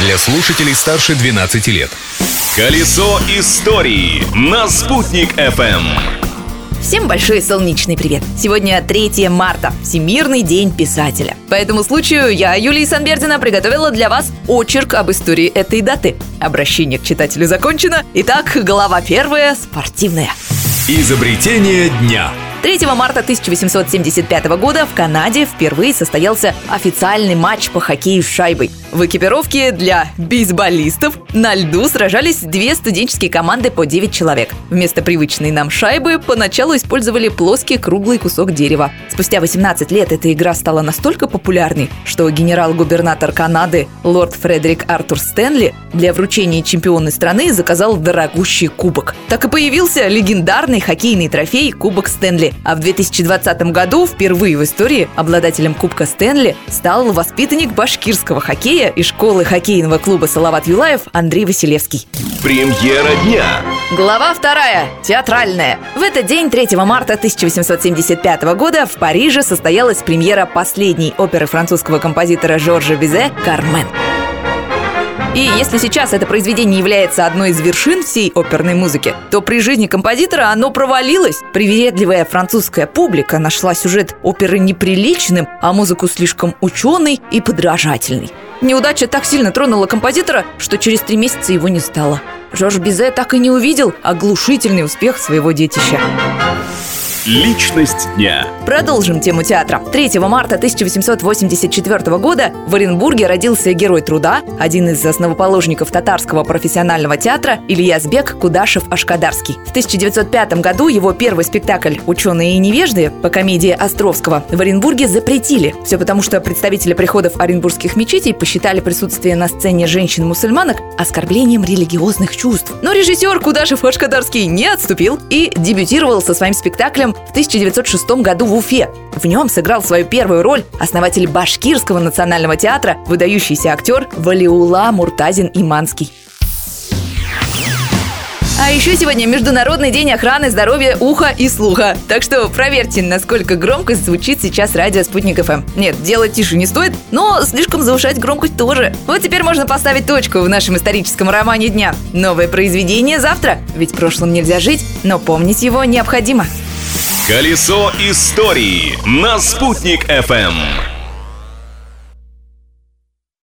Для слушателей старше 12 лет. Колесо истории на Спутник FM. Всем большой солнечный привет! Сегодня 3 марта, Всемирный день писателя. По этому случаю я, Юлия Санбердина, приготовила для вас очерк об истории этой даты. Обращение к читателю закончено. Итак, глава 1 – спортивная. Изобретение дня. 3 марта 1875 года в Канаде впервые состоялся официальный матч по хоккею с шайбой. В экипировке для бейсболистов на льду сражались две студенческие команды по 9 человек. Вместо привычной нам шайбы поначалу использовали плоский круглый кусок дерева. Спустя 18 лет эта игра стала настолько популярной, что генерал-губернатор Канады лорд Фредерик Артур Стэнли для вручения чемпионной страны заказал дорогущий кубок. Так и появился легендарный хоккейный трофей Кубок Стэнли. А в 2020 году впервые в истории обладателем Кубка Стэнли стал воспитанник башкирского хоккея из школы хоккейного клуба «Салават Юлаев» Андрей Василевский. Премьера дня. Глава 2. Театральная. В этот день, 3 марта 1875 года, в Париже состоялась премьера последней оперы французского композитора Жоржа Бизе «Кармен». И если сейчас это произведение является одной из вершин всей оперной музыки, то при жизни композитора оно провалилось. Привередливая французская публика нашла сюжет оперы неприличным, а музыку слишком ученой и подражательной. Неудача так сильно тронула композитора, что через 3 месяца его не стало. Жорж Бизе так и не увидел оглушительный успех своего детища. Личность дня. Продолжим тему театра. 3 марта 1884 года в Оренбурге родился герой труда, один из основоположников татарского профессионального театра Ильязбек Кудашев-Ашкадарский. В 1905 году его первый спектакль «Ученые и невежды» по комедии Островского в Оренбурге запретили. Все потому, что представители приходов оренбургских мечетей посчитали присутствие на сцене женщин-мусульманок оскорблением религиозных чувств. Но режиссер Кудашев-Ашкадарский не отступил и дебютировал со своим спектаклем в 1906 году в Уфе. В нем сыграл свою первую роль основатель Башкирского национального театра, выдающийся актер Валиулла Муртазин-Иманский. А еще сегодня Международный день охраны здоровья уха и слуха. Так что проверьте, насколько громко звучит сейчас радио Спутник ФМ. Нет, делать тише не стоит, но слишком завышать громкость тоже. Вот теперь можно поставить точку в нашем историческом романе дня. Новое произведение завтра, ведь прошлым нельзя жить, но помнить его необходимо. Колесо истории на Спутник FM.